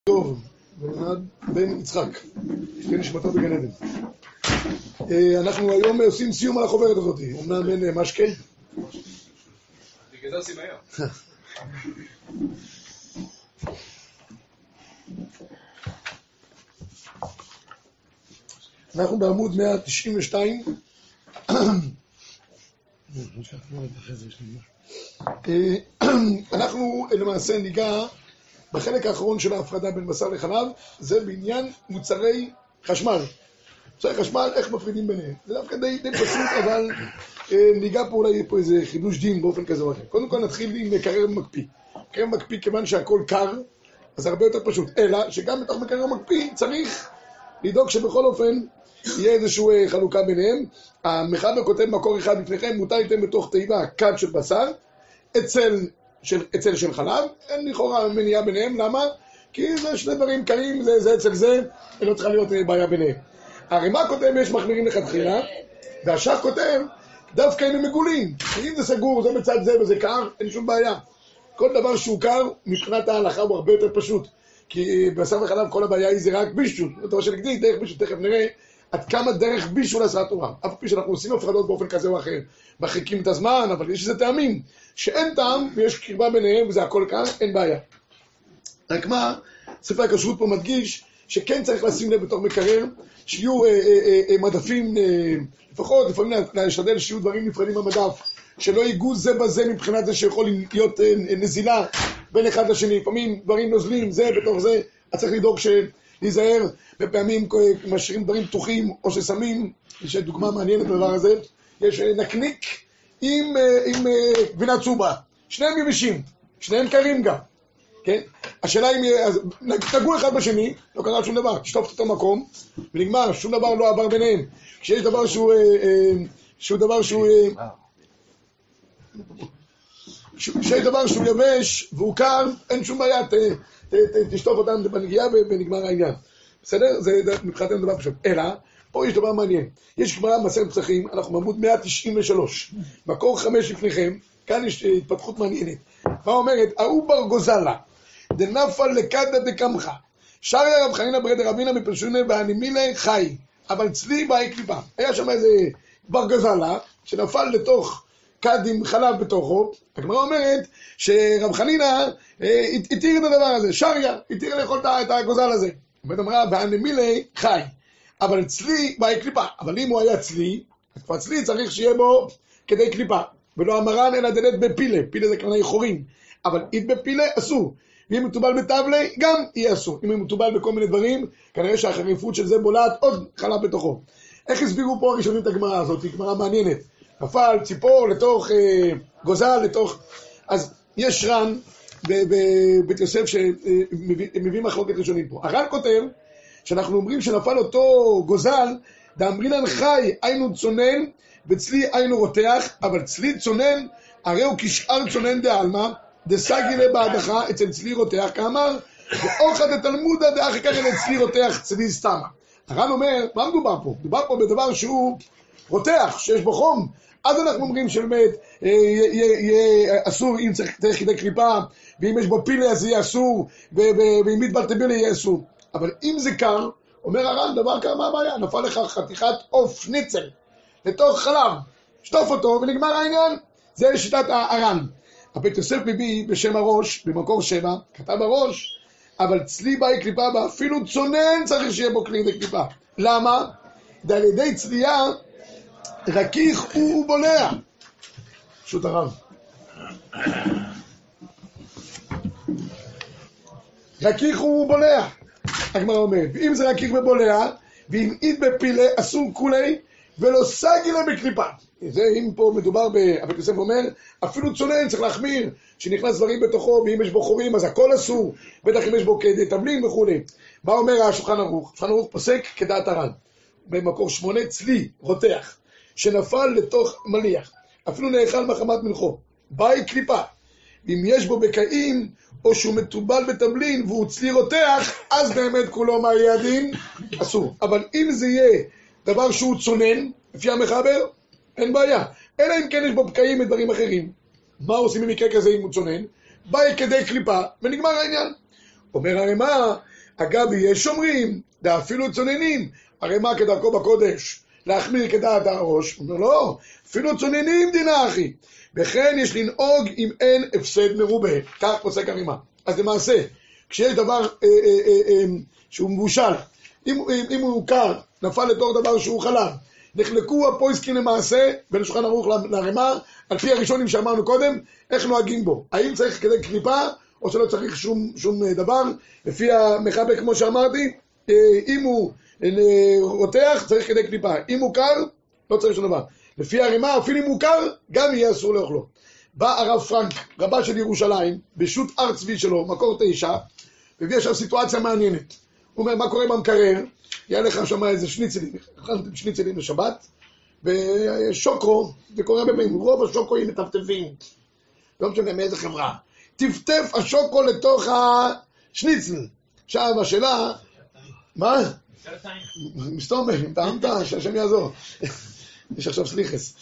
טוב, בן יצחק, שתהיה נשמתו בגן עדן. אנחנו היום עושים סיום על החוברת הזאת. אומנם אין משקה. בגלל זה עושים היום. אנחנו בעמוד 192. אנחנו למעשה ניגע בחלק האחרון של ההפרדה בין בשר לחלב, זה בעניין מוצרי חשמל. מוצרי חשמל, איך מפרידים ביניהם. זה דווקא די פשוט, אבל ניגע פה אולי פה איזה חידוש דין באופן כזה או אחר. קודם כל נתחיל עם מקרר מקפיא. מקרר מקפיא כיוון שהכל קר, אז הרבה יותר פשוט. אלא שגם בתוך מקרר מקפיא צריך לדאוג שבכל אופן יהיה איזושהי חלוקה ביניהם. המחבר כותב מקור אחד לפניכם, מותר לתת בתוך תיבה כד של בשר, אצל של חלב, אין לכאורה מניעה ביניהם, למה? כי זה שני דברים קרים, זה אצל זה, לא צריכה להיות בעיה ביניהם. הרמ"א כותב יש מחמירים לכתחילה, והש"ך כותב דווקא אם הם מגולים, אם זה סגור, זה בצד זה וזה קר, אין שום בעיה. כל דבר שהוא קר, מבחינת ההלכה הוא הרבה יותר פשוט, כי בשר וחלב כל הבעיה היא זה רק בישול, דבר שנגדי, דרך בישול, תכף נראה עד כמה דרך בישול עשה התורה. אף פי שאנחנו עושים הפרדות באופן כזה או אחר, מחכים את הזמן, אבל יש איזה טעמים שאין טעם ויש קרבה ביניהם וזה הכל קר, אין בעיה. רק מה, ספר הכשרות פה מדגיש שכן צריך לשים לב בתוך מקרר, שיהיו מדפים, לפעמים להשתדל שיהיו דברים נפרדים במדף, שלא ייגעו זה בזה מבחינת זה שיכול להיות נזילה בין אחד לשני, לפעמים דברים נוזלים, זה בתוך זה, אז צריך לדאוג להיזהר, בפעמים משאירים דברים פתוחים או ששמים, יש דוגמה מעניינת בדבר הזה, יש נקניק עם גבינה צהובה, שניהם יבשים, שניהם קרים גם, כן? השאלה אם נגעו אחד בשני, לא קרה שום דבר, תשטוף את אותו מקום ונגמר, שום דבר לא עבר ביניהם. כשיש דבר שיש דבר שהוא יבש והוא קר, אין שום בעיה, תשטוף אותם בנגיעה ונגמר העניין. בסדר? זה מבחינתנו דבר פשוט. אלא, פה יש דבר מעניין. יש גמרא במסכת פסחים, אנחנו בעמוד 193. מקור 5 לפניכם, כאן יש התפתחות מעניינת. מה אומרת? ההוא בר גוזלה, דנפל לקדא דקמחה. שריה רב חנינא ברי דרבינא מפרשונא והנמילה חי. אבל צלי באי קליפה. היה שם איזה בר גוזלה, שנפל לתוך כד עם חלב בתוכו. הגמרא אומרת שרב חנינא התיר את הדבר הזה. שריה, התיר לאכול את הגוזל הזה. אומרת אמרה, והנמילה חי. אבל צלי באי קליפה. אבל אם הוא היה צלי, אז כבר צלי צריך שיהיה בו כדי קליפה. ולא המרן אלא דלת בפילה. פילה זה כנראה חורים. אבל אית בפילה אסור. ואם מטובל בטבלה, גם יהיה אסור. אם הוא מטובל בכל מיני דברים, כנראה שהחריפות של זה בולעת עוד חלב בתוכו. איך הסבירו פה הראשונים את הגמרא הזאת? היא גמרא מעניינת. נפל ציפור לתוך גוזל, לתוך... אז יש ר"ן בבית יוסף שמביא מחלוקת ראשונים פה. הר"ן כותב שאנחנו אומרים שנפל אותו גוזל, דאמרינן חי היינו צונן, וצלי היינו רותח, אבל צלי צונן, הרי הוא כשאר צונן דעלמא, דסגילה בהדחה אצל צלי רותח, כאמר, ואוכד התלמודה דאחי ככה אצלי רותח צלי סתמה. הר"ן אומר, מה מדובר פה? מדובר פה בדבר שהוא רותח, שיש בו חום, אז אנחנו אומרים שבאמת יהיה אסור אם צריך כדי קליפה, ואם יש בו פילה אז יהיה אסור, ואם מתבל טבילה יהיה אסור. אבל אם זה קר, אומר הר"ן, דבר קר, מה הבעיה? נפל לך חתיכת עוף ניצל לתוך חלב, שטוף אותו ונגמר העניין. זה שיטת הר"ן. הבית יוסף מביא בשם הראש, במקור 7, כתב הראש, אבל צלי באי קליפה, ואפילו צונן צריך שיהיה בו כלי קליפה. למה? על ידי צלייה, רכיך הוא בולע. פשוט הרב. רכיך הוא בולע. הגמרא אומרת, ואם זה רכיך ובולע, ואם אית בפילה, אסור כולי, ולא סגילה בקליפה. זה אם פה מדובר הבית יוסף אומר, אפילו צונן צריך להחמיר, שנכנס דברים בתוכו, ואם יש בו חורים, אז הכל אסור, בטח אם יש בו כדי תבלין וכו'. מה אומר השולחן ערוך? השולחן ערוך פוסק כדעת הר"ן. במקור 8, צלי, רותח, שנפל לתוך מליח, אפילו נאכל מחמת מלכו, באי קליפה, ואם יש בו בקעים, או שהוא מטובל בתבלין, והוא צלי רותח, אז באמת כולו מה יהיה הדין? אסור. אבל אם זה יהיה דבר שהוא צונן, לפי המחבר, אין בעיה. אלא אם כן יש בו בקעים ודברים אחרים. מה עושים במקרה כזה אם הוא צונן? באי כדי קליפה, ונגמר העניין. אומר הרמ"א, אגב, יש שומרים, ואפילו צוננים, הרי מה כדרכו בקודש? להחמיר כדעת הראש. הוא אומר, לא, אפילו צוננים דינה אחי. וכן יש לנהוג אם אין הפסד מרובה. כך פוסק הרימה. אז למעשה, כשיש דבר שהוא מבושל, אם הוא קר, נפל לתוך דבר שהוא חלב, נחלקו הפויסקים למעשה בין שולחן ערוך לרימה, על פי הראשונים שאמרנו קודם, איך נוהגים בו. האם צריך כדי קליפה, או שלא צריך שום דבר. לפי המחבק, כמו שאמרתי, אם הוא רותח, צריך כדי קליפה. אם הוא קר, לא צריך שום דבר. לפי הרימה, אפילו אם הוא קר, גם יהיה אסור לאוכלו. בא הרב פרנק, רבה של ירושלים, בשו"ת הר צבי שלו, מקור 9, והביא עכשיו סיטואציה מעניינת. הוא אומר, מה קורה במקרר? יהיה לך שם איזה שניצלים, אכלתם שניצלים לשבת, ושוקו, זה קורה בפעמים, רוב השוקואים מטפטפים, לא משנה מאיזה חברה, טפטף השוקו לתוך השניצל. עכשיו השאלה, מה? מסתומר, טעמת, שהשם יעזור. יש עכשיו סליחס.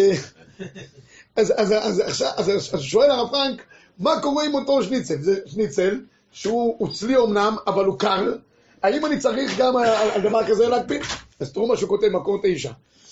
אז שואל הרב פרנק, מה קורה עם אותו שניצל? זה שניצל שהוא צלי אומנם, אבל הוא קר. האם אני צריך גם על דבר כזה להקפיד? אז תראו מה שהוא כותב, מקור 9.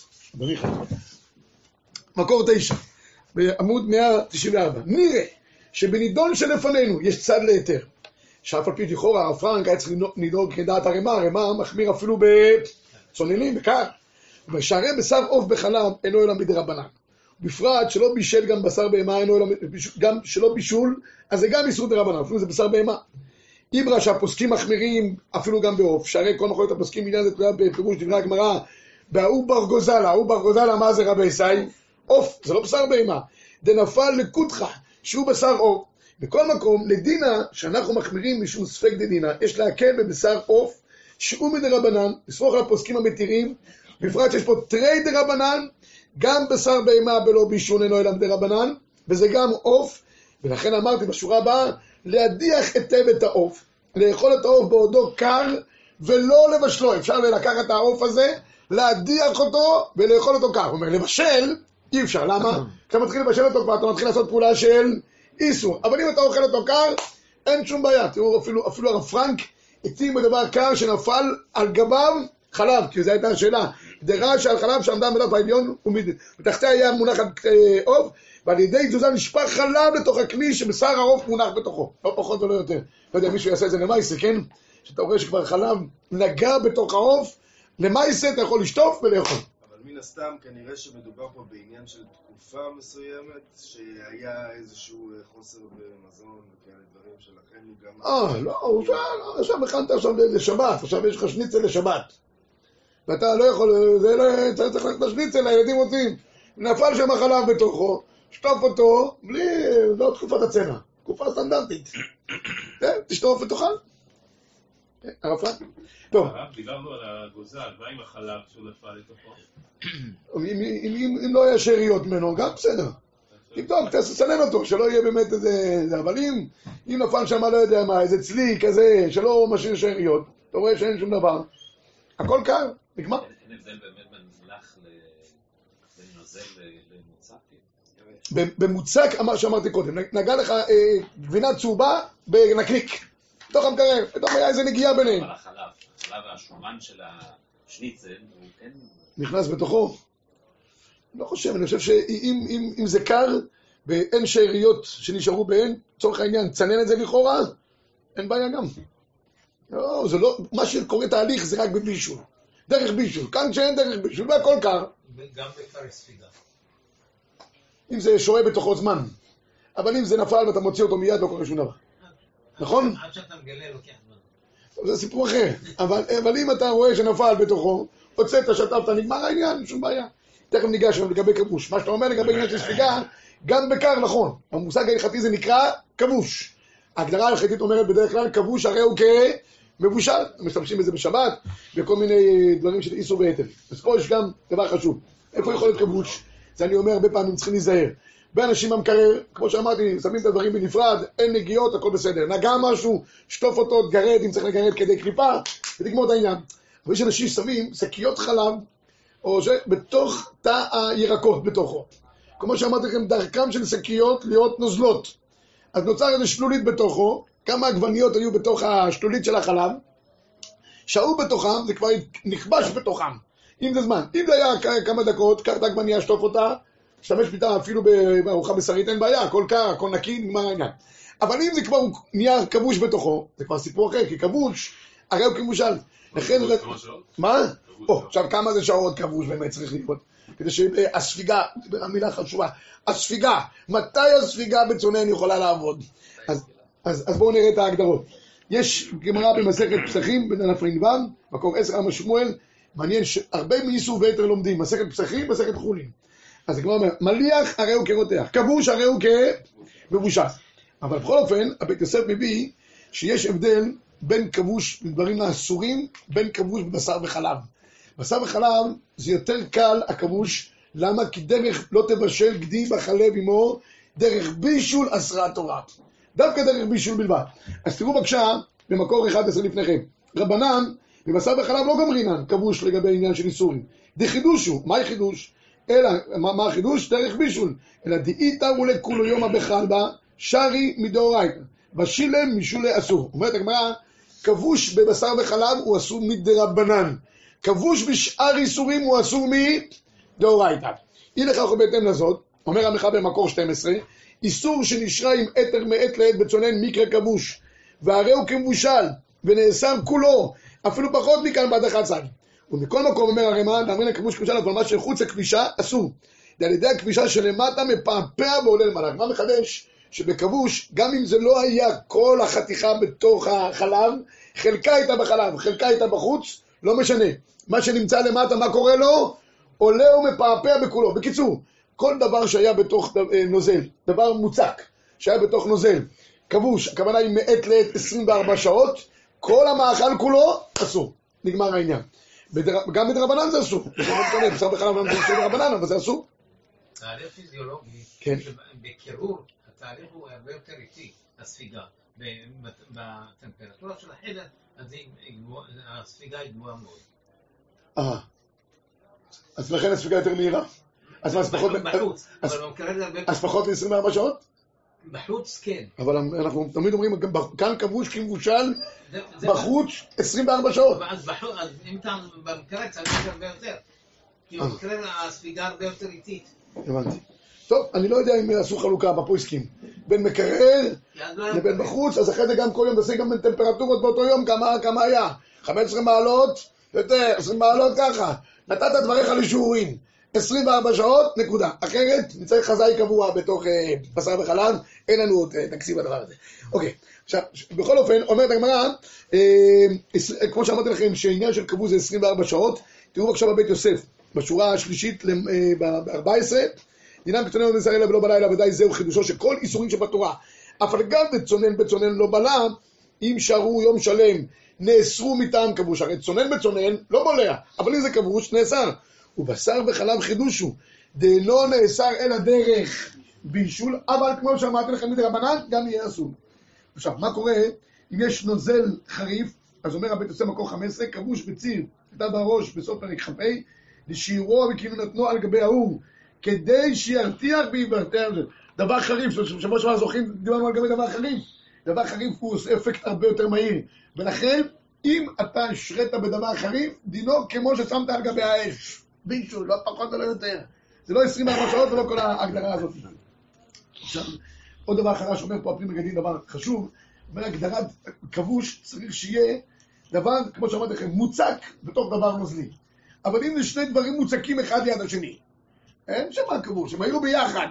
מקור 9, בעמוד 194. נראה שבנידון שלפנינו יש צד ליתר. שאף על פי לכאורה הרב פרנק היה צריך לדאוג כדעת הרימה, הרימה מחמיר אפילו בצוננים, בקר. ושהרי בשר עוף בחלב אינו אלא מדרבנן. בפרט שלא בישל גם בשר בהמה, גם שלא בישול, אז זה גם איסור דרבנן, אפילו זה בשר בהמה. איברה שהפוסקים מחמירים אפילו גם בעוף, שהרי כל מחלוקת הפוסקים בעניין זה תלויה בפירוש דברי הגמרא, באובר גוזלה, אובר גוזלה מה זה רבי סי? עוף, זה לא בשר בהמה, דנפל לקודחה, שהוא בשר עוף. בכל מקום, לדינה שאנחנו מחמירים משום ספק דדינה, יש להקל בבשר עוף, שהוא מדרבנן, לסמוך על הפוסקים המתירים, בפרט שיש פה תרי דרבנן, גם בשר בהמה בלא בישול אינו אלא דרבנן, וזה גם עוף, ולכן אמרתי בשורה הבאה, להדיח היטב את העוף, לאכול את העוף בעודו קר, ולא לבשלו. אפשר לקחת את העוף הזה, להדיח אותו ולאכול אותו קר. הוא אומר, לבשל, אי אפשר. למה? כשאתה מתחיל לבשל אותו כבר, אתה מתחיל לעשות פעולה של איסור. אבל אם אתה אוכל אותו קר, אין שום בעיה. תראו, אפילו הרב פרנק הציג בדבר קר שנפל על גביו חלב, כי זו הייתה השאלה. דרה שעל חלב שעמדה בדף העליון, ומתחתיה היה מונח עוף, ועל ידי תזוזה נשפך חלב לתוך הכלי שבשר העוף מונח בתוכו. לא פחות ולא יותר. לא יודע, מישהו יעשה את זה למייסה, כן? שאתה רואה שכבר חלב נגע בתוך העוף, למייסה אתה יכול לשטוף ולאכול. אבל מן הסתם כנראה שמדובר פה בעניין של תקופה מסוימת, שהיה איזשהו חוסר במזון וכאלה דברים שלכן הוא גם... לא, הוא עכשיו הכנת עכשיו לשבת, עכשיו יש לך שניצל לשבת. ואתה לא יכול, זה לא, צריך ללכת לשניצל, הילדים רוצים. נפל שם החלב בתוכו, שטוף אותו, בלי, לא תקופת הצנע, תקופה סטנדרטית. תשטוף ותאכל. הרב פרנק. טוב. דיברנו על הגוזל, מה עם החלב שהוא נפל לתוכו? אם לא היה שאריות ממנו, גם בסדר. תבדוק, תסנן אותו, שלא יהיה באמת איזה... אבל אם נפל שם, לא יודע מה, איזה צלי כזה, שלא משאיר שאריות, אתה רואה שאין שום דבר. הכל קר, נגמר. אין הבדל באמת בין מלח לנוזל למוצק? במוצק, שאמרתי קודם, נגע לך גבינה צהובה בנקניק, בתוך המקרר, פתאום היה איזה נגיעה ביניהם. אבל החלב והשומן של השניצל, הוא כן... נכנס בתוכו? לא חושב, אני חושב שאם זה קר ואין שאריות שנשארו בהן, צורך העניין, צנן את זה לכאורה, אין בעיה גם. לא, זה לא, מה שקורה תהליך זה רק בבישול. דרך בישול, כאן שאין דרך בישול, והכל קר. גם בקר ספיגה. אם זה שורה בתוכו זמן. אבל אם זה נפל ואתה מוציא אותו מיד, לא קורה שום דבר. נכון? עד שאתה מגלה לוקח זמן. זה סיפור אחר. אבל אם אתה רואה שנפל בתוכו, הוצאת, שטפת, נגמר העניין, שום בעיה. תכף ניגש לגבי כבוש. מה שאתה אומר לגבי עניין של ספיגה, גם בקר נכון. המושג ההלכתי זה נקרא כבוש. ההגדרה ההלכתית אומרת בדרך כלל, כבוש הרי הוא כמבושל. משתמשים בזה בשבת, וכל מיני דברים של איסור והיטל. אז פה יש גם דבר חשוב. איפה יכול להיות כבוש? זה אני אומר הרבה פעמים צריכים להיזהר. באנשים במקרר, כמו שאמרתי, שמים את הדברים בנפרד, אין נגיעות, הכל בסדר. נגע משהו, שטוף אותו, תגרד, אם צריך לגרד כדי קליפה, ותגמור את העניין. אבל יש אנשים ששמים שקיות חלב, או בתוך תא הירקות בתוכו. כמו שאמרתי לכם, דרכם של שקיות להיות נוזלות. אז נוצר איזו שלולית בתוכו, כמה עגבניות היו בתוך השלולית של החלב, שהו בתוכם, זה כבר נכבש בתוכם. אם זה זמן. אם זה היה כמה דקות, קח את העגבנייה, שטוף אותה, תשתמש ביתה אפילו בארוחה בשרית, אין בעיה, הכל קר, הכל נקי, נגמר העניין. אבל אם זה כבר נהיה כבוש בתוכו, זה כבר סיפור אחר, כי כבוש, הרי הוא כבושל. לכן... מה? עכשיו כמה זה שעות כבוש באמת צריך לראות? כדי שהספיגה, המילה חשובה, הספיגה, מתי הספיגה בצונן יכולה לעבוד? אז בואו נראה את ההגדרות. יש גמרא במסכת פסחים, בדף ע"ו, מקור 10 עם שמואל, מעניין שהרבה מאיסור ויתר לומדים, מסכת פסחים, מסכת חולין. אז הגמרא אומר, מליח הרי הוא כרותח, כבוש הרי הוא כבבושה. אבל בכל אופן, הבית יוסף מביא שיש הבדל בין כבוש בדברים האסורים, בין כבוש בבשר וחלב. בשר וחלב זה יותר קל הכבוש, למה? כי דרך לא תבשל גדי בחלב עמו, דרך בישול אסרה התורה. דווקא דרך בישול בלבד. אז תראו בבקשה, במקור 11 לפניכם. רבנן, בבשר וחלב לא גמרינן, כבוש לגבי עניין של איסורים. דחידושו, מה חידוש? אלא, מה החידוש? דרך בישול. אלא דאיתא ולכולו יומא בחלבה, שרי מדאורייתא. בשילם משולי אסור. אומרת הגמרא, כבוש בבשר וחלב הוא אסור מדרבנן. כבוש בשאר איסורים הוא אסור מדאורייתא. אי לכך ובהתאם לזאת, אומר המחבר במקור 12, איסור שנשרה עם אתר מעת לעת בצונן מקרה כבוש, והרי הוא כמבושל, ונאסר כולו, אפילו פחות מכאן בעד אחד צד. ומכל מקום אומר הרמ"א, דאמרין לכבוש כבושל, אבל מה שחוץ לכבישה אסור. על ידי הכבישה שלמטה מפעפע ועולה למעלה. מה מחדש? שבכבוש, גם אם זה לא היה כל החתיכה בתוך החלב, חלקה הייתה בחלב, חלקה הייתה בחוץ, לא משנה. מה שנמצא למטה, מה קורה לו? עולה ומפעפע בכולו. בקיצור, כל דבר שהיה בתוך נוזל, דבר מוצק, שהיה בתוך נוזל, כבוש, הכוונה היא מעת לעת 24 שעות, כל המאכל כולו אסור. נגמר העניין. גם בדרבנן זה אסור. בשר בחלב לא אסור בדרבנן, אבל זה אסור. תהליך פיזיולוגי, כן. בקירור, התהליך הוא הרבה יותר איטי, הספיגה. בטמפרטורה של החדר, אז הספיגה היא גבוהה מאוד. אז לכן הספיגה יותר מהירה? אז מה, בחוץ, אבל במקרה זה הרבה... אז פחות מ-24 שעות? בחוץ כן. אבל אנחנו תמיד אומרים, כאן כבוש כמבושל, בחוץ 24 שעות. אז אם אתה במקרה צריך הרבה יותר. כי במקרה הספיגה הרבה יותר איטית. הבנתי. טוב, אני לא יודע אם עשו חלוקה בפויסקים. בין מקרר לבין בחוץ, אז אחרי זה גם כל יום תעשה גם טמפרטורות באותו יום, כמה היה? 15 מעלות, יותר, 20 מעלות ככה. נתת דבריך לשיעורים. 24 שעות, נקודה. אחרת, נצטרך חזאי קבוע בתוך בשר וחלב, אין לנו עוד תקציב הדבר הזה. אוקיי, עכשיו, בכל אופן, אומרת הגמרא, כמו שאמרתי לכם, שעניין של כבוש זה 24 שעות, תראו עכשיו בבית יוסף, בשורה השלישית ב-14, דינם כצונן לא בישראל ולא בלילה, ודאי זהו חידושו שכל איסורים שבתורה, אף על גם בצונן לא בלע, אם שערו יום שלם, נאסרו מטעם כבוש. הרי בצונן לא בולע, אבל אם זה כבוש, נאסר. ובשר וחלב חידושו, דלא נאסר אלא דרך בישול, אבל כמו שאמרתי לכם מדרבנן, גם יהיה אסור. עכשיו, מה קורה אם יש נוזל חריף? אז אומר הבית יוסף מקור 15, כבוש בציר, הייתה בראש בסוף פרק כ"ה, לשיעורו וכאילו נתנו על גבי האור, כדי שירתיח ויברתע על זה. דבר חריף, שבוע שבוע זוכרים, דיברנו על גבי דבר חריף. דבר חריף הוא עושה אפקט הרבה יותר מהיר. ולכן, אם אתה השרת בדבר חריף, דינו כמו ששמת על גבי האש. בישול, לא פחות ולא יותר. זה לא 24 שעות ולא כל ההגדרה הזאת. עכשיו, עוד דבר חדש אומר פה הפנים מגדים, דבר חשוב, אומר הגדרת כבוש צריך שיהיה דבר, כמו שאמרתי לכם, מוצק בתוך דבר נוזלי. אבל אם זה שני דברים מוצקים אחד ליד השני, אין שמה כבוש, הם היו ביחד,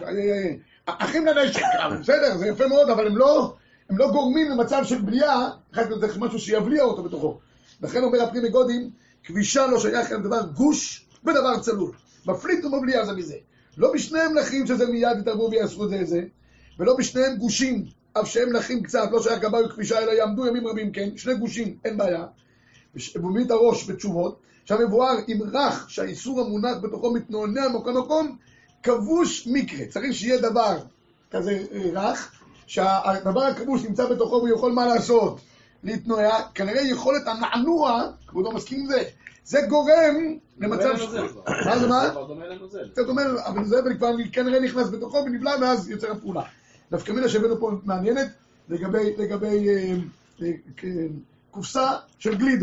אחים לנשק, בסדר, זה יפה מאוד, אבל הם לא גורמים למצב של בליעה, זה משהו שיבליע אותו בתוכו. לכן אומר הפנים מגודים, כבישה לא שייך לדבר גוש ודבר צלול. מפליט ומבליע זה מזה. לא בשניהם לחים שזה מיד יתערבו ויעשו את זה, ולא בשניהם גושים, אף שהם לחים קצת, לא שייך גבה וכבישה, אלא יעמדו ימים רבים, כן, שני גושים, אין בעיה. ובומית את הראש בתשובות, שם מבואר עם רך שהאיסור המונח בתוכו מתנוענע מכל מקום, כבוש מקרה. צריך שיהיה דבר כזה רך, שהדבר הכבוש נמצא בתוכו והוא יכול מה לעשות? להתנועע, כנראה יכולת הנענוע, כבודו מסכים עם זה, זה גורם למצב... מה זה מה? קצת אומר, אבל זה כבר כנראה נכנס בתוכו ונבלע ואז יוצר הפעולה. דווקא מילה שהבאנו פה מעניינת לגבי קופסה של גלידות.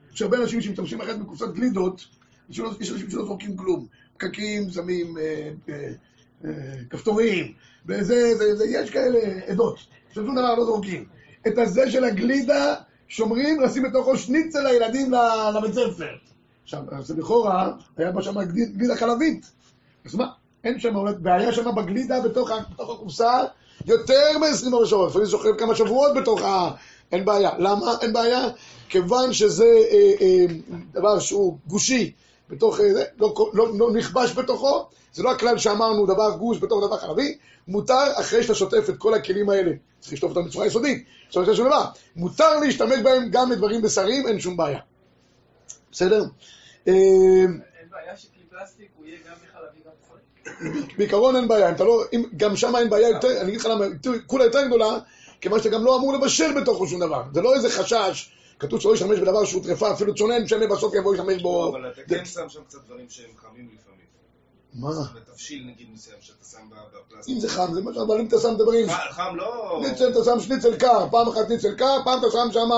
יש הרבה אנשים שמשתמשים אחת בקופסת גלידות, יש אנשים שלא זורקים כלום. פקקים, שמים כפתורים, יש כאלה עדות, שום דבר לא זורקים. את הזה של הגלידה שומרים, לשים בתוכו שניצל לילדים לבית ספר. עכשיו, זה לכאורה, היה בה שם גלידה חלבית. אז מה? אין שם, והיה שם בגלידה בתוך הקופסה יותר מ-24 שעות, לפעמים זוכרים כמה שבועות בתוך אין בעיה. למה אין בעיה? כיוון שזה דבר שהוא גושי, בתוך זה, לא נכבש בתוכו, זה לא הכלל שאמרנו דבר גוש בתוך דבר חלבי, מותר אחרי שאתה שוטף את כל הכלים האלה, צריך לשטוף אותם בצורה יסודית, מותר להשתמש בהם גם לדברים בשרים, אין שום בעיה. בסדר? אין בעיה שכלי פלסטיק הוא יהיה גם מחלבי גם חלבי? בעיקרון אין בעיה, גם שם אין בעיה יותר, אני אגיד לך למה, כולה יותר גדולה, כיוון שאתה גם לא אמור לבשל בתוכו שום דבר, זה לא איזה חשש, כתוב שלא ישתמש בדבר שהוא טרפה, אפילו צונן שמה בסוף יבוא ישתמש בו. אבל אתה כן שם שם קצת דברים שהם חמים לפעמים. מה? בתבשיל נגיד מסוים שאתה שם בפלסטיק. אם זה חם, זה משהו, אבל אם אתה שם דברים... חם לא... אתה שם שניצל קר, פעם אחת ניצל קר, פעם אתה שם שם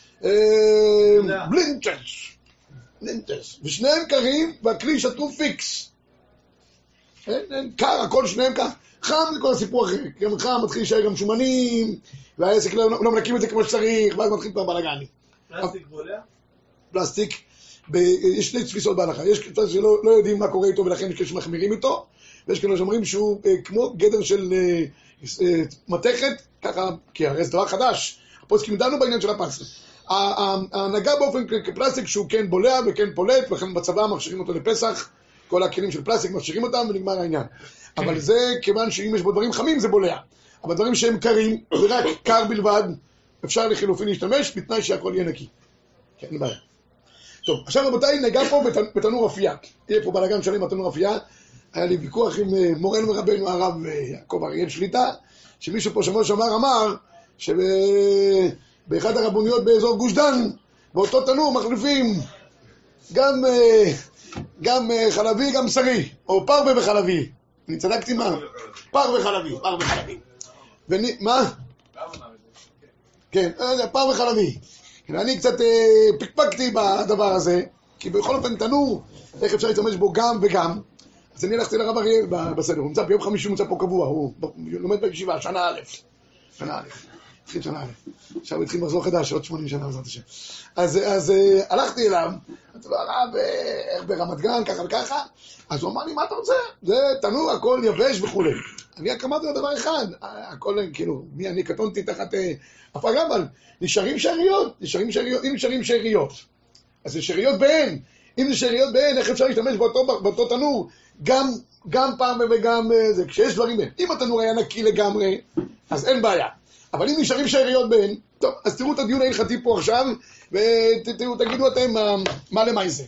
בלינטס. ושניהם קרים, והכלי שטוף פיקס. אין קר, הכל שניהם קר. חם זה כל הסיפור אחר, גם חם מתחיל להישאר גם שומנים, והעסק לא מנקים את זה כמו שצריך, ואז מתחיל כבר בלגני. פלסטיק בולע? פלסטיק, יש שני תפיסות בהלכה, יש כאלה שלא יודעים מה קורה איתו ולכן יש כאלה שמחמירים איתו, ויש כאלה שאומרים שהוא כמו גדר של מתכת, ככה, כי הרי זה דבר חדש, הפוסקים דנו בעניין של הפלסטיק. ההנהגה באופן כפלסטיק שהוא כן בולע וכן פולט, ולכן בצבא מכשירים אותו לפסח, כל הכלים של פלסטיק מכשירים אותם ונגמר העניין. אבל זה כיוון שאם יש בו דברים חמים זה בולע. אבל דברים שהם קרים, זה רק קר בלבד, אפשר לחילופין להשתמש, בתנאי שהכל יהיה נקי. כן, אין בעיה. טוב, עכשיו רבותיי, נגע פה בתנור אפייה. יהיה פה בלגן שלם בתנור אפייה. היה לי ויכוח עם מורנו ורבנו הרב יעקב אריאל שליטה, שמישהו פה שמוע שאמר, אמר שבאחד הרבוניות באזור גוש דן, באותו תנור מחליפים גם חלבי, גם שרי, או פרווה וחלבי. אני צדקתי מה? פרווה וחלבי. מה? כן, פרווה וחלבי. אני קצת פקפקתי בדבר הזה, כי בכל אופן תנור, איך אפשר להשתמש בו גם וגם. אז אני הלכתי לרב אריאל בסדר, הוא נמצא ביום חמישי, הוא נמצא פה קבוע, הוא לומד בישיבה, שנה א'. התחיל שנה א'. עכשיו הוא התחיל מחזור חדש, עוד 80 שנה בעזרת השם. אז הלכתי אליו, הרב, איך ברמת גן, ככה וככה, אז הוא אמר לי, מה אתה רוצה? זה תנור, הכל יבש וכו'. אני רק אמרתי לו דבר אחד, הכל כאילו, אני קטונתי תחת הפגה, אבל נשארים שאריות, אם נשארים שאריות, אז זה שאריות בהן, אם זה שאריות בהן, איך אפשר להשתמש באותו תנור, גם פעם וגם זה, כשיש דברים בהן. אם התנור היה נקי לגמרי, אז אין בעיה. אבל אם נשארים שאריות בהן, טוב, אז תראו את הדיון ההלכתי פה עכשיו, ותגידו אתם מה למה זה.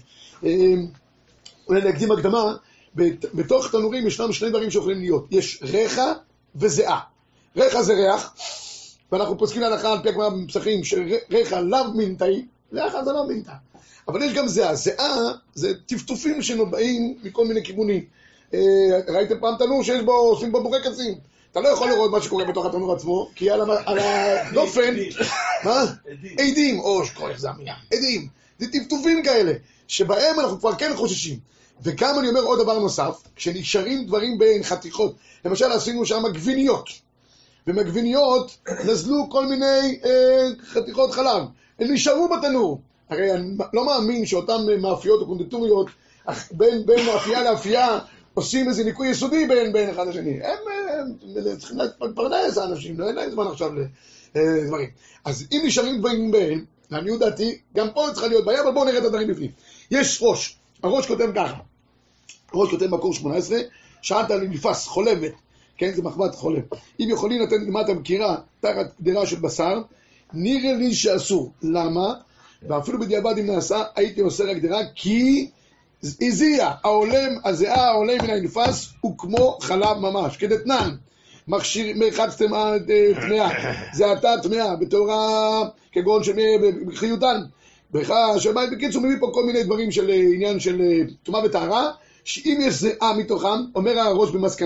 אולי להקדים הקדמה, בתוך תנורים ישנם שני דברים שיכולים להיות. יש ריחה וזיעה. ריחה זה ריח, ואנחנו פוסקים להלכה על פי הגמרא בפסחים, שריחה לאו מינטאי, ריחה זה לא מינטה. אבל יש גם זיעה. זיעה זה טפטופים שנובעים מכל מיני כיוונים. ראיתם פעם תנור שיש בו, עושים בו בורקסים. אתה לא יכול לראות מה שקורה בתוך התנור עצמו, כי על הדופן... מה? עדים. או שכוח זה המילה. עדים. זה טפטופים כאלה, שבהם אנחנו כבר כן חוששים. וגם אני אומר עוד דבר נוסף, כשנשארים דברים בין חתיכות, למשל עשינו שם גביניות, ומגביניות נזלו כל מיני חתיכות חלב, הם נשארו בתנור. הרי אני לא מאמין שאותן מאפיות או קונדיטוריות, בין מאפייה לאפייה, עושים איזה ניקוי יסודי בין אחד לשני. הם צריכים להתפרנס האנשים, לא אין להם זמן עכשיו לדברים. אז אם נשארים דברים בין, לעניות דעתי, גם פה צריכה להיות בעיה, אבל בואו נראה את הדברים בפנים. יש ראש. הראש כותב ככה, הראש כותב מקור 18, שאלת לי נפס, חולבת, כן, זה מחבת חולב. אם יכולים לתת למטה בקירה תחת קדירה של בשר, נראה לי שאסור. למה? ואפילו בדיעבד אם נעשה, הייתי עושה רק קדירה, כי הזיע, הזיעה העולה מן הנפס, הוא כמו חלב ממש, כדתנן. מרחץ טמאה, זיעתה טמאה, בתורה כגון שבחיותן. שבית בקיצור מביא פה כל מיני דברים של עניין של טומאה וטהרה, שאם יש זיעה מתוכם, אומר הראש במסקנה,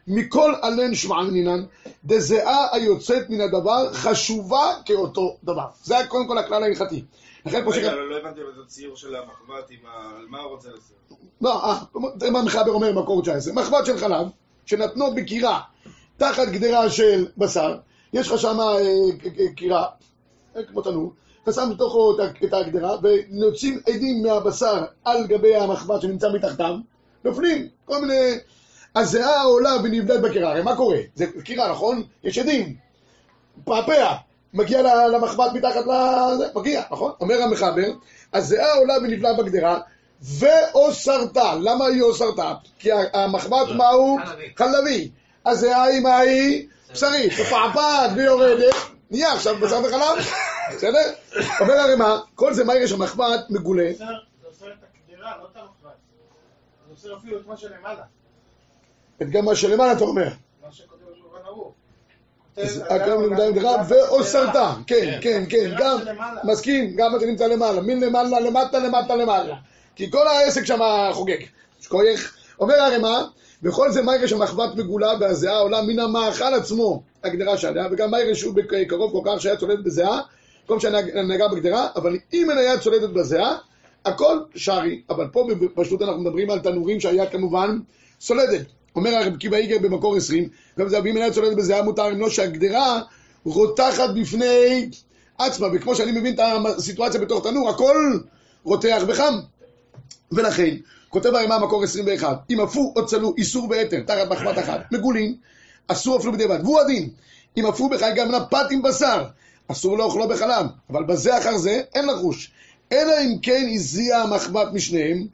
מכל עלן שמענינן, דזיעה היוצאת מן הדבר חשובה כאותו דבר. זה קודם כל הכלל ההלכתי. רגע, לא הבנתי את הציור של המחבת, על מה הוא רוצה לסיים? לא, תראה מה המחבר אומר במקור 19. מחבת של חלב, שנתנו בקירה תחת גדרה של בשר, יש לך שם קירה, כמו תנור, אתה שם בתוכו את הגדרה, ונוצאים עדים מהבשר על גבי המחבת שנמצא מתחתם, נופלים, כל מיני... הזיעה עולה ונבלעת בקירה. הרי מה קורה? זה קירה, נכון? יש עדים, פעפע, מגיע למחבת מתחת לזה, מגיע, נכון? אומר המחבר, הזיעה עולה ונבלעת בגדרה, ואו סרטה. למה היא או סרטה? כי המחבת מהו? חלבי. הזיעה היא מה היא? בשרית, פעפעת ויורדת, נהיה עכשיו בשר וחלב, בסדר? אומר הרי מה? כל זה מה יראה שהמחבת מגולה. זה עושה את הקדירה, לא את המחבת. זה עושה אפילו את מה שלמעלה. את גם מה שלמעלה אתה אומר. מה שכותב בשולחן ערוך. ואו סרטה, כן, כן, כן, גם, מסכים, גם מה שנמצא למעלה, מן למעלה, למטה, למטה, למעלה. כי כל העסק שם חוגג. שכוייך, אומר הרי מה? בכל זה מה יראה שהמחבת מגולה והזיעה עולה מן המאכל עצמו, הגדרה שעליה, וגם מה יראה שהוא בקרוב כל כך שהיה צולדת בזיעה, כל שנגע בגדרה, אבל אם אין היה צולדת בזיעה, הכל שרי. אבל פה פשוט אנחנו מדברים על תנורים שהיה כמובן צולדת. אומר הרב קיבא איגר במקור 20, גם זה ואם אין היה צולדת בזיעה מותר אם לא שהגדרה רותחת בפני עצמה, וכמו שאני מבין את הסיטואציה בתוך תנור, הכל רותח וחם. ולכן, כותב הרמ"א מקור 21, אם אפו או צלו איסור ביתר תחת מחבת אחת, מגולין, אסור אפילו בדיעבד, והוא הדין. אם אפו בחי גם נפת עם בשר, אסור לאוכלו בחלב, אבל בזה אחר זה אין לחוש. אלא אם כן הזיע המחבת משניהם,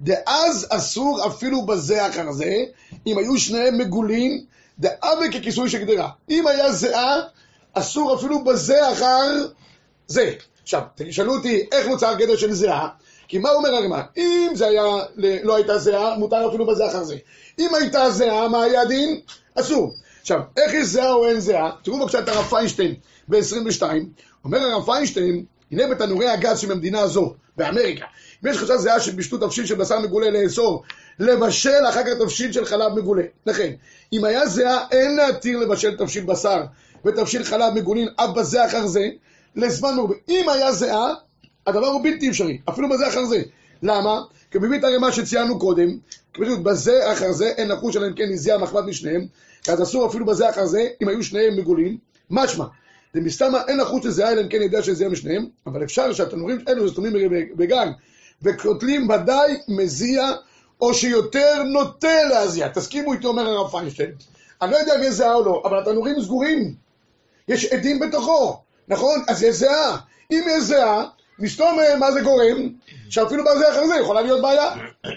דאז אסור אפילו בזה אחר זה, אם היו שניהם מגולין, דאבה ככיסוי של גדרה. אם היה זיעה, אסור אפילו בזה אחר זה. עכשיו, תשאלו אותי איך נוצר גדר של זיעה, כי מה אומר הרמ"א? אם זה היה, לא הייתה זיעה, מותר אפילו בזה אחר זה. אם הייתה זיעה, מה היה הדין? אסור. עכשיו, איך יש זיעה או אין זיעה? תראו בבקשה את הרב פיינשטיין ב-22. אומר הרב פיינשטיין, הנה בתנורי הגז שבמדינה הזו, באמריקה, אם יש חשש זיעה שבשתות תבשיל של בשר מגולה לאסור, לבשל אחר כך תבשיל של חלב מגולה. לכן, אם היה זיעה, אין להתיר לבשל תבשיל בשר ותבשיל חלב מגולין אף בזה אחר זה, לזמן מרובה. אם היה זיעה, הדבר הוא בלתי אפשרי, אפילו בזה אחר זה. למה? כי בבית הרי מה שציינו קודם, פשוט בזה אחר זה אין לחוש עליהם כן הזיע המחבת משניהם, אז אסור אפילו בזה אחר זה, אם היו שניהם מגולים, משמע. זה מסתמה אין לחוש לזיעה אלא אם כן ידע שזה משניהם, אבל אפשר שהתנורים אלו סתומים בגג, וקוטלים ודאי מזיע, או שיותר נוטה להזיע. תסכימו איתי אומר הרב פיינשטיין, אני לא יודע אם יש זיעה או לא, אבל התנורים סגורים, יש עדים בתוכו, נכון? אז יש זיעה. אם יש זיעה, מסתום מה זה גורם, שאפילו בזה אחר זה יכולה להיות בעיה.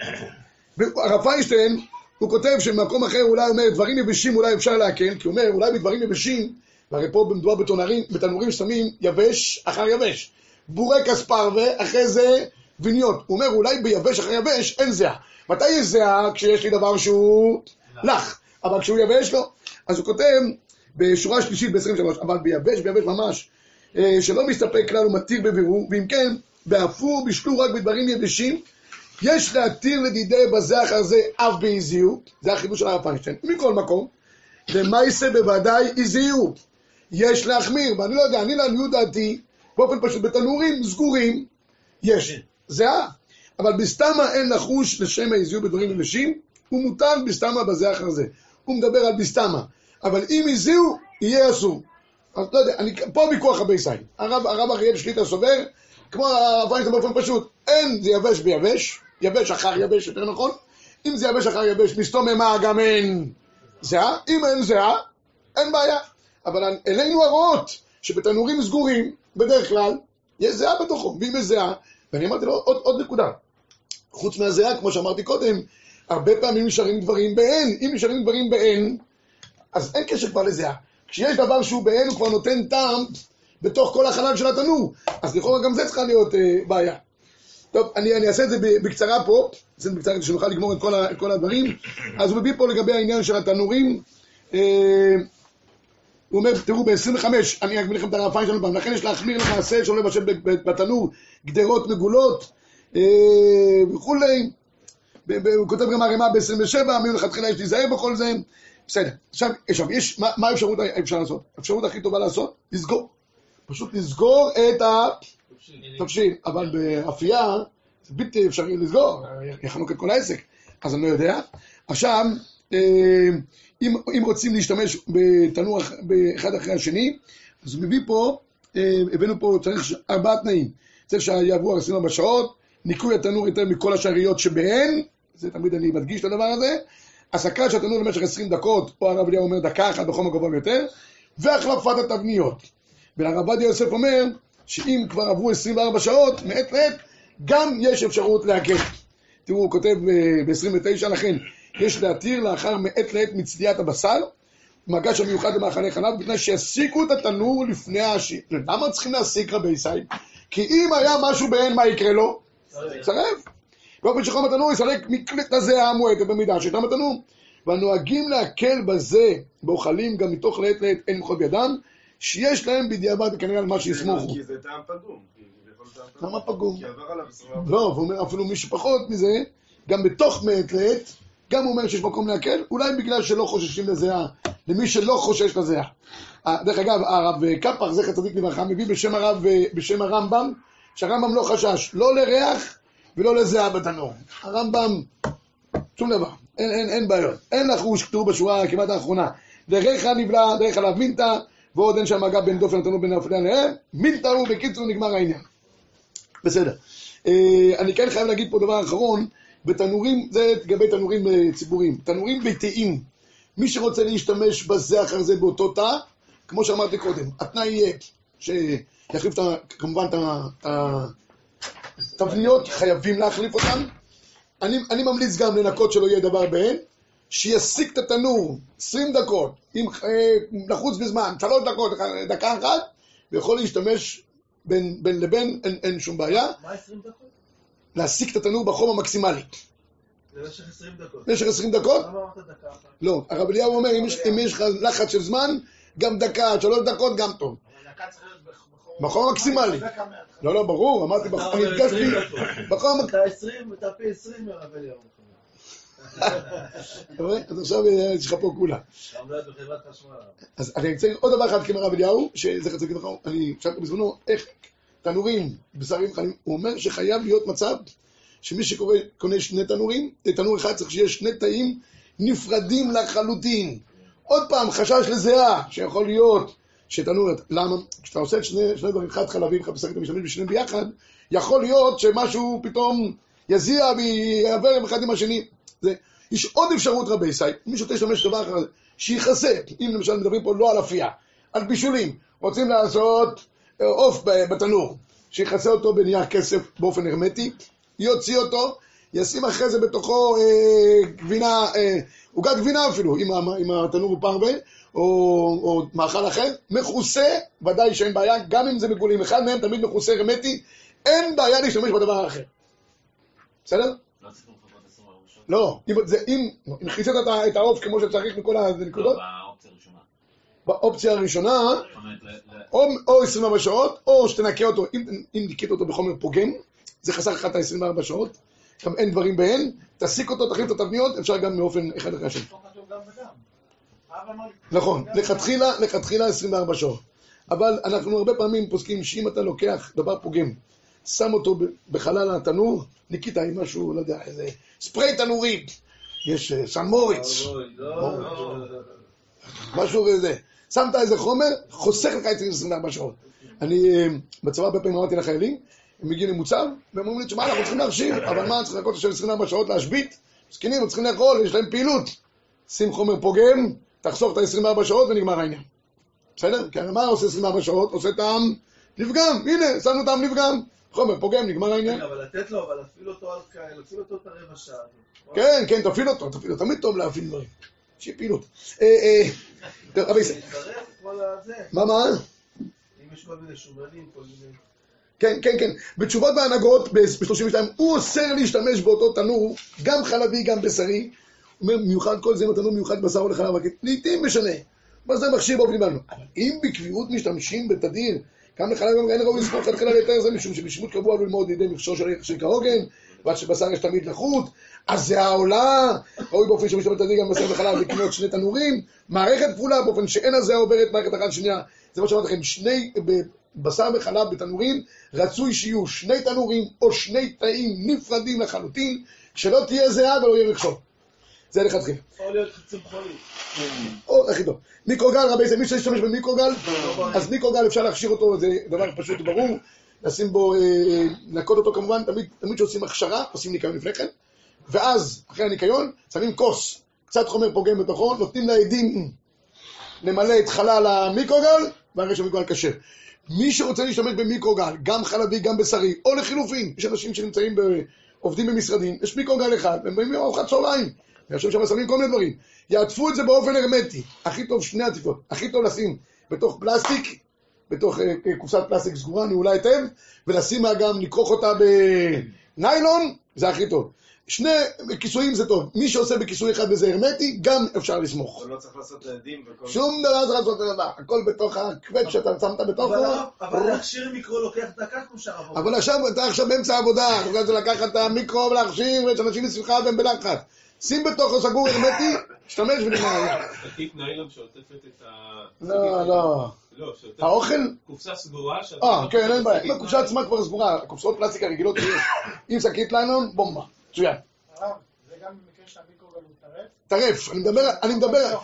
הרב פיינשטיין, הוא כותב שבמקום אחר אולי אומר, דברים יבשים אולי אפשר להקל, כי הוא אומר, אולי בדברים יבשים, והרי פה במדובר בתנורים שמים יבש אחר יבש. בורקס פרווה, אחרי זה בניות. הוא אומר, אולי ביבש אחר יבש אין זיעה. מתי יש זיעה? כשיש לי דבר שהוא לח. אבל כשהוא יבש לא. אז הוא כותב בשורה שלישית ב-23, אבל ביבש ממש, שלא מסתפק כלל ומתיר בבירור, ואם כן, באפור בשלו רק בדברים יבשים, יש להתיר לדידי בזה אחר זה אף באיזיות, זה החידוש של הרב פיינשטיין, מכל מקום, ומייסה בוודאי איזיות, יש להחמיר, ואני לא יודע, אני לעניות דעתי, באופן פשוט בתנורים סגורים, יש זהה, אבל בסתמה אין לחוש לשם האיזיות בדברים יבשים, הוא מותר בסתמה בזה אחר זה, הוא מדבר על בסתמה, אבל אם איזיו, יהיה אסור. אז לא יודע, פה ויכוח הבייסאי. הרב אריאל שליט"א סובר, כמו הרב פיינשטיין באופן פשוט, אין זה יבש ביבש, יבש אחר יבש יותר נכון, אם זה יבש אחר יבש מסתוממה גם אין זהה, אם אין זהה, אין בעיה. אבל אלינו הרואות שבתנורים סגורים, בדרך כלל, יש זהה בתוכו, ואם יש זהה, ואני אמרתי לו עוד נקודה, חוץ מהזהה, כמו שאמרתי קודם, הרבה פעמים נשארים דברים באין, אם נשארים דברים באין, אז אין קשר כבר לזהה. כשיש דבר שהוא בעין הוא כבר נותן טעם בתוך כל החלל של התנור, אז לכאורה גם זה צריכה להיות בעיה. טוב, אני אעשה את זה בקצרה פה, זה בקצרה שנוכל לגמור את כל הדברים. אז הוא מביא פה לגבי העניין של התנורים, הוא אומר, תראו ב-25, אני אגביל לכם את הרב פיינשטיין שלנו, לכן יש להחמיר למעשה שלא לבשל בתנור גדרות מגולות וכולי. הוא כותב גם הרמ"א ב-27, מלכתחילה יש להיזהר בכל זה, בסדר. עכשיו, מה האפשרות אפשר לעשות? האפשרות הכי טובה לעשות? לסגור. פשוט לסגור את התבשיל. אבל באפייה, זה בלתי אפשרי לסגור. יחנוק את כל העסק. אז אני לא יודע. עכשיו, אם רוצים להשתמש בתנור באחד אחרי השני, אז מביא פה, הבאנו פה, צריך 4 תנאים. צריך שיעברו 24 שעות, ניקוי התנור יותר מכל השאריות שבהן, זה תמיד אני מדגיש את הדבר הזה, הסקה של התנור למשך 20 דקות, או הרב אליהו אומר דקה אחת בחום הגבוה ביותר, והחלפת התבניות. והרב עובדיה יוסף אומר, שאם כבר עברו 24 שעות, מעת לעת, גם יש אפשרות להקל. תראו, הוא כותב ב-29, לכן, יש להתיר לאחר מעת לעת מצדיעת הבשר, מגש המיוחד למאכלי חלב, בתנאי שיסיקו את התנור לפני השיר. למה צריכים להסיק רבי ישי? כי אם היה משהו בהן, מה יקרה לו? צרף. באופן שחום התנור יסלק מקלט הזה המועטת במידה שיתם התנור. והנוהגים להקל בזה, באוכלים גם מתוך לעת לעת אין מחות בידם, שיש להם בדיעבד כנראה על מה שיסמוכו. כי זה טעם פגום. למה פגום? כי עבר עליו 24. לא, והוא אומר אפילו מי שפחות מזה, גם בתוך מעת לעת, גם הוא אומר שיש מקום להקל, אולי בגלל שלא חוששים לזהה, למי שלא חושש לזהה. דרך אגב, הרב קפח, זכר צדיק לברכה, מביא בשם הרמב"ם, שהרמב"ם לא חשש, לא לריח ולא לזהה בתנור. הרמב"ם, שום דבר, אין בעיות. אין לחוש, כתוב בשורה כמעט האחרונה. דרך נבלע, דרך עליו מינטה, ועוד אין שם אגב בין דופן התנור בין האפליה להם, מינטה הוא בקיצור נגמר העניין. בסדר. אני כן חייב להגיד פה דבר אחרון, בתנורים, זה לגבי תנורים ציבוריים, תנורים ביתיים. מי שרוצה להשתמש בזה אחר זה באותו תא, כמו שאמרתי קודם, התנאי יהיה שיחליף כמובן את התבניות, חייבים להחליף אותן. אני ממליץ גם לנקות שלא יהיה דבר בהן, שיסיק את התנור 20 דקות, אם לחוץ בזמן, 3 דקות, דקה אחת, ויכול להשתמש בין לבין, אין שום בעיה. מה 20 דקות? להסיק את התנור בחום המקסימלי. במשך 20 דקות. במשך 20 דקות? למה אמרת דקה אחת? לא, הרב אליהו אומר, אם יש לך לחץ של זמן, גם דקה, 3 דקות, גם טוב. אבל דקה צריך להיות בחום המקסימלי. לא, ברור, אמרתי, אני הדגשתי, בחום המקסימלי. אתה 20, אתה פי 20 מהרב אליהו. אז עכשיו יש לך פה כולה. גם לא בחברת חשמל. אז אני רוצה עוד דבר אחד כמרב אליהו, שזכר צדיק לברכה, אני שאלתי בזמנו, איך תנורים, בשרים חלים, הוא אומר שחייב להיות מצב שמי שקונה 2 תנורים, תנור אחד צריך שיש 2 תאים נפרדים לחלוטין. עוד פעם, חשש לזהה, שיכול להיות שתנור, למה? כשאתה עושה את שני דברים, אחד חלבי, אחד בשרים, אתה משתמש בשניהם ביחד, יכול להיות שמשהו פתאום יזיע ויעבר אחד עם השני. יש עוד אפשרות רבי ישי, מי שרוצה להשתמש דבר אחר, שיחסה, אם למשל מדברים פה לא על אפייה, על בישולים, רוצים לעשות עוף בתנור, שיחסה אותו בנייר כסף באופן הרמטי, יוציא אותו, ישים אחרי זה בתוכו גבינה, עוגת גבינה אפילו, אם התנור הוא פרווה, או מאכל אחר, מכוסה, ודאי שאין בעיה, גם אם זה מגולים, אחד מהם תמיד מכוסה הרמטי, אין בעיה להשתמש בדבר האחר. בסדר? לא, אם חיסת את העוף כמו שצריך מכל הנקודות, באופציה הראשונה, או 24 שעות, או שתנקה אותו, אם ניקית אותו בחומר פוגם, זה חסך לך את ה-24 שעות, גם אין דברים בהן, תסיק אותו, תחליף את התבניות, אפשר גם מאופן אחד אחרי השני. נכון, לכתחילה 24 שעות. אבל אנחנו הרבה פעמים פוסקים שאם אתה לוקח דבר פוגם, שם אותו בחלל התנור, ניקית עם משהו, לא יודע, איזה ספרי תנורי, יש סן מוריץ, משהו כזה. שמת איזה חומר, חוסך לך את 24 שעות. אני בצבא הרבה פעמים אמרתי לחיילים, הם מגיעים למוצב, והם אומרים לי, תשמע, אנחנו צריכים להכשיר, אבל מה, צריך לחכות של 24 שעות להשבית? מסכנים, צריכים לאכול, יש להם פעילות. שים חומר פוגם, תחסוך את ה-24 שעות ונגמר העניין. בסדר? כי מה עושה 24 שעות? עושה טעם לפגם. הנה, שמנו טעם לפגם. חומר פוגם, נגמר העניין. אבל לתת לו, אבל להפעיל אותו על קהל, להפעיל אותו את הרבע שעה. כן, כן, תפעיל אותו. תמיד טוב להפעיל דברים. שיהיה פעילות. מה? אם יש כל מיני שומנים, כל מיני... כן, כן, כן. בתשובות בהנהגות, ב-32, הוא אוסר להשתמש באותו תנור, גם חלבי, גם בשרי. הוא אומר, מיוחד כל זה, תנור מיוחד בשר או לחלב, לעתים משנה. מה זה מכשיר באופן לבנו? אבל אם בקביעות משתמשים בתדיר, גם לחלב גם אין ראוי לסמוך עד כלל יותר זה, משום שבשימוש קבוע עלול מאוד לידי מכשור של כהוגן, ועד שבשר יש תמיד לחות, אז זה העולה, ראוי באופן שמשתמש תדעי גם בשר וחלב לקנות שני תנורים, מערכת כפולה באופן שאין הזה עוברת מערכת אחת שנייה, זה מה שאמרתי לכם, שני בשר וחלב בתנורים, רצוי שיהיו שני תנורים או שני תאים נפרדים לחלוטין, שלא תהיה זהה ולא יהיה מכשול. זה לכתחילה. יכול להיות צמחוני. או, הכי טוב. מיקרוגל, רבי ישראל, מי שישתמש במיקרוגל, אז מיקרוגל אפשר להכשיר אותו, זה דבר פשוט וברור, לשים בו, לנקות אותו כמובן, תמיד שעושים הכשרה, עושים ניקיון לפני כן, ואז, אחרי הניקיון, שמים כוס, קצת חומר פוגם בתוכו, נותנים לעדים למלא את חלל המיקרוגל, והרי שהמיקרוגל קשה. מי שרוצה להשתמש במיקרוגל, גם חלבי, גם בשרי, או לחילופין, יש אנשים שנמצאים עובדים במשרדים, יש מיקרוגל אחד, והם באים ארוחת צהריים, ויש שם שמים כל מיני דברים. יעטפו את זה באופן הרמטי, הכי טוב שני עטיפות, הכי טוב לשים בתוך פלסטיק, בתוך קופסת פלסטיק סגורה, נעולה היטב, ולשים גם, לקרוך אותה בניילון, זה הכי טוב. שני כיסויים זה טוב, מי שעושה בכיסוי אחד וזה הרמטי, גם אפשר לסמוך. לא צריך לעשות עדים וכל... שום דבר צריך לעשות דבר, הכל בתוך הכבד שאתה שמת בתוכו. אבל להכשיר מיקרו לוקח דקה כמו שהרב אומר. אבל אתה עכשיו באמצע העבודה, אתה רוצה לקחת את המיקרו ולהכשיר, ויש אנשים מסביבך והם בלחץ. שים בתוכו סגור הרמטי, שתמש ונגמר. שקית ניילון שעוטפת את ה... לא. האוכל? קופסה סגורה. כן, אין בעיה. אם הקופסה עצמה כבר סגורה, הקופסאות פלסטיק הרגילות שיש. אם שקית ניילון, בומבה. מצוין. הרב, זה גם במקרה שהמיקרוגל הוא טרף. אני מדבר,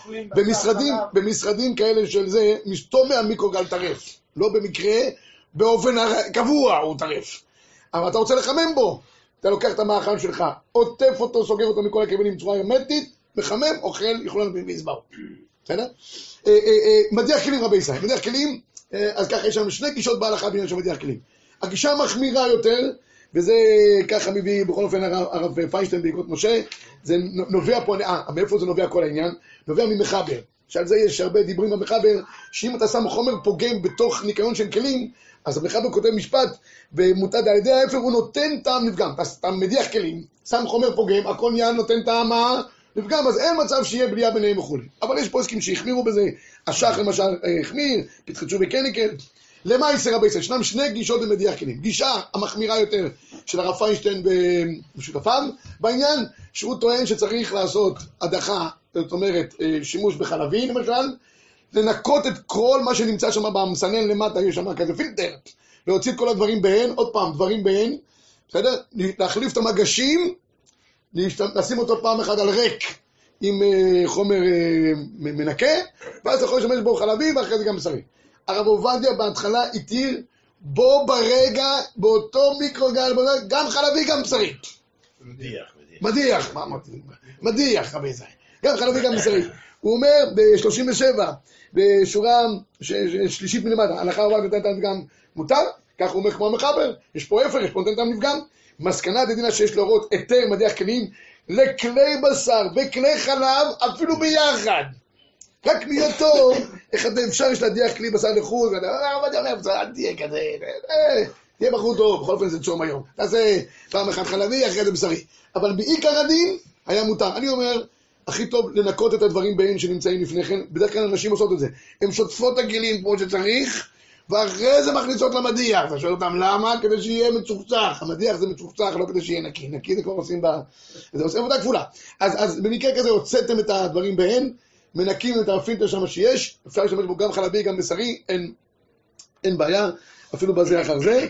במשרדים כאלה של זה, מסתום מהמיקרוגל טרף. לא במקרה, באופן קבוע הוא טרף. אבל אתה רוצה לחמם בו. אתה לוקח את המאכל שלך, עוטף אותו, סוגר אותו מכל הכיוונים בצורה הרמטית, מחמם, אוכל, יכול להיות ויסבר. בסדר? מדיח כלים רבי ישראל. מדיח כלים, אז ככה יש לנו שני גישות בהלכה בעניין של מדיח כלים. הגישה המחמירה יותר, וזה ככה מביא בכל אופן הרב פיינשטיין בעקבות משה, זה נובע פה, מאיפה זה נובע כל העניין? נובע ממחבר. שעל זה יש הרבה דיבורים במחבר, שאם אתה שם חומר פוגם בתוך ניקיון של כלים, אז המחבר כותב משפט, ומותד על ידי ההפר הוא נותן טעם נפגם. אתה מדיח כלים, שם חומר פוגם, הכל נהיה נותן טעם נפגם, אז אין מצב שיהיה בלייה ביניהם וכו'. אבל יש פה עסקים שהחמירו בזה, השח למשל החמיר, פתחתשו בקניקל. למה יצא רבי ישראל? ישנם שני גישות במדיח כלים. גישה המחמירה יותר של הרב פיינשטיין ושותפיו, בעניין שהוא טוען שצריך לעשות הדחה, זאת אומרת שימוש בחלבי למשל, לנקות את כל מה שנמצא שם במסנן למטה, יש שם כזה פילטר, להוציא את כל הדברים בהן, עוד פעם, דברים בהן, בסדר? להחליף את המגשים, לשים אותו פעם אחת על ריק עם חומר מנקה, ואז יכול לשמש בו חלבי ואחרי זה גם בשרי. הרב עובדיה בהתחלה התיר בו ברגע, באותו מיקרוגל, גם חלבי גם בשרי. מדיח, מה אמרתי? מדיח, רבי ישראל. גם חלבי גם בשרי. הוא אומר ב-37, בשורה שלישית מלמטה, הלכה עובד נותן טעם נפגם מותר, כך הוא אומר כמו המחבר, יש פה אפר, יש פה נותן טעם נפגם, מסקנה דדינה שיש להורות היתר מדיח כלים לכלי בשר וכלי חלב אפילו ביחד. רק מהיותו, איך אפשר יש להדיח כלי בשר לחוד, עובדיה אומר, אל תהיה כזה, תהיה בחור טוב, בכל אופן זה צום היום, תעשה פעם אחת חלבי, אחרי זה בשרי. אבל בעיקר הדין היה מותר. אני אומר, הכי טוב לנקות את הדברים בהן שנמצאים לפני כן, בדרך כלל אנשים עושות את זה. הן שוטפות הכלים כמו שצריך, ואחרי זה מכניסות למדיח. אתה שואל אותם למה? כדי שיהיה מצוחצח. המדיח זה מצוחצח, לא כדי שיהיה נקי. נקי זה כבר עושים זה עושה עבודה כפולה. אז במקרה כזה הוצאתם את הדברים בהן, מנקים את הפילטר שם שיש, אפשר להשתמש בו גם חלבי, גם בשרי, אין בעיה, אפילו בזה אחר זה.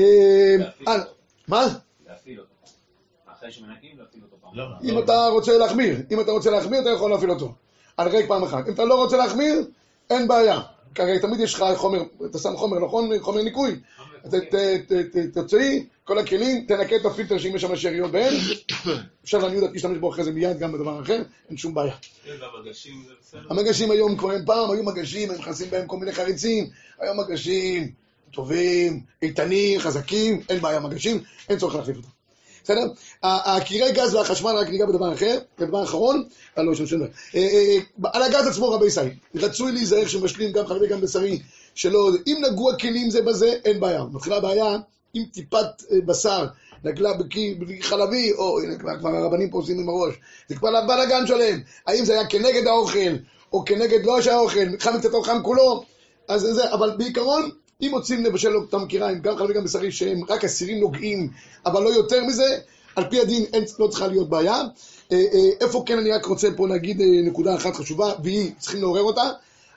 מה? להפעיל אותו. אחרי שמנקים, להפעיל אותו פעם. אם אתה רוצה להחמיר, אתה יכול להפעיל אותו. על ריק פעם אחת. אם אתה לא רוצה להחמיר, אין בעיה. כי תמיד יש לך חומר, אתה שם חומר, נכון? חומר ניקוי. תוצאי כל הכלים, תנקה את הפילטר שאם יש שם שאריות בהן. אפשר לעניות להשתמש בו אחרי זה מיד גם בדבר אחר, אין שום בעיה. והמגשים זה בסדר? המגשים היום כבר הם פעם, היו מגשים, הם מכנסים בהם כל מיני חריצים, היום מגשים טובים, איתנים, חזקים, אין בעיה מגשים, אין צורך להחליף אותם. בסדר? הקירי גז והחשמל, רק ניגע בדבר אחר, בדבר האחרון, לא, על הגז עצמו רבי ישראל, רצוי להיזהר שמשלים גם חלבי גם בשרי, שלא, אם נגעו הכלים זה בזה, אין בעיה. מתחילה בעיה, אם טיפת בשר נגלה חלבי, או כבר הרבנים פה עושים עם הראש, זה כבר בלגן שלהם, האם זה היה כנגד האוכל, או כנגד לא שהאוכל, חם קצת או חם כולו, אז זה, אבל בעיקרון, אם רוצים לבשל אותם קיריים, גם חלבי גם בשרי, שהם רק הסירים נוגעים, אבל לא יותר מזה, על פי הדין לא צריכה להיות בעיה. איפה כן אני רק רוצה פה להגיד נקודה אחת חשובה, והיא צריכים לעורר אותה.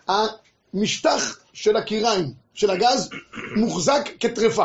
המשטח של הקיריים, של הגז, מוחזק כטרפה.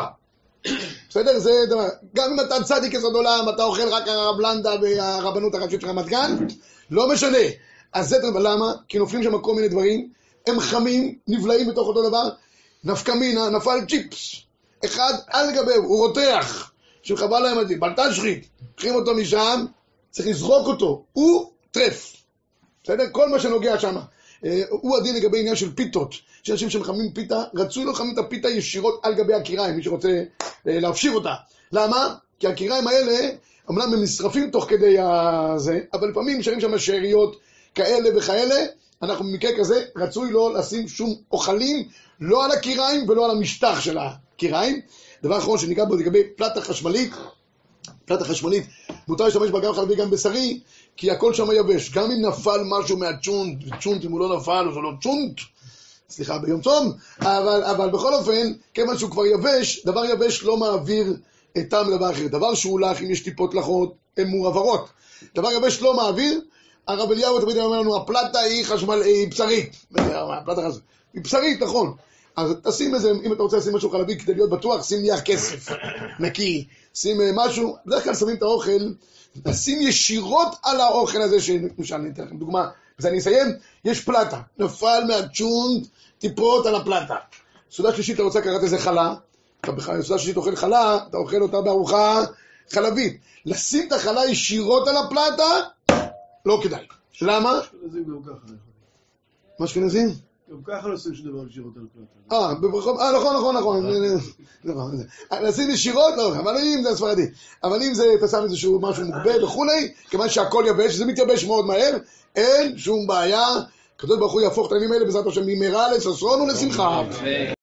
בסדר? זה דבר. גם אם אתה צדיק יסוד עולם, אתה אוכל רק הרב לנדה והרבנות הראשית של רמת גן, לא משנה. אז זה דבר. למה? כי נופלים שם כל מיני דברים, הם חמים, נבלעים בתוך אותו דבר, נפקא מינה, נפל צ'יפס. אחד על גביו, הוא רותח, שחבל להם על זה, בלטה שחית, לוקחים אותו משם, צריך לזרוק אותו, הוא טרף. בסדר? כל מה שנוגע שם. הוא הדין לגבי עניין של פיתות, שאנשים שמחמים פיתה, רצוי לא לחמים את הפיתה ישירות על גבי הקיריים, מי שרוצה להפשיר אותה. למה? כי הקיריים האלה, אמנם הם נשרפים תוך כדי זה, אבל לפעמים נשארים שם שאריות כאלה וכאלה, אנחנו במקרה כזה רצוי לא לשים שום אוכלים, לא על הקיריים ולא על המשטח של הקיריים. דבר אחרון שניגע בו לגבי פלטה חשמלית, פלטה חשמלית, מותר להשתמש בה גם חלבי גם בשרי, כי הכל שם יבש. גם אם נפל משהו מהצ'ונט, וצ'ונט אם הוא לא נפל, זה לא צ'ונט, סליחה, ביום צום, אבל בכל אופן, כיוון שהוא כבר יבש, דבר יבש לא מעביר טעם לדבר אחר. דבר שהוא לך, אם יש טיפות לחות, הן מועברות. דבר יבש לא מעביר, הרב אליהו תמיד אומר לנו, הפלטה היא בשרית. הפלטה היא בשרית, נכון. אז תשים איזה, אם אתה רוצה לשים משהו חלבי כדי להיות בטוח, שים נייר כסף, נקי, שים משהו, בדרך כלל שמים את האוכל, נשים ישירות על האוכל הזה, שאני אתן לכם דוגמה, אז אני אסיים, יש פלטה, נפל מהצ'ונט, טיפות על הפלטה. סעודה שלישית, אתה רוצה לקחת איזה חלה, סעודה שלישית אוכל חלה, אתה אוכל אותה בארוחה חלבית. לשים את החלה ישירות על הפלטה, לא כדאי. למה? אשכנזים גם ככה, נכון. מה אשכנזים? גם ככה לא עושים שדבר ישירות על פלטה. נכון. לשים ישירות, לא, אבל אם זה ספרדי. אבל אם זה, אתה שם איזשהו משהו מוגבל וכולי, כיוון שהכל יבש, זה מתייבש מאוד מהר, אין שום בעיה. הקדוש ברוך הוא יהפוך את הימים האלה בעזרת השם במהרה לששון ולשמחה.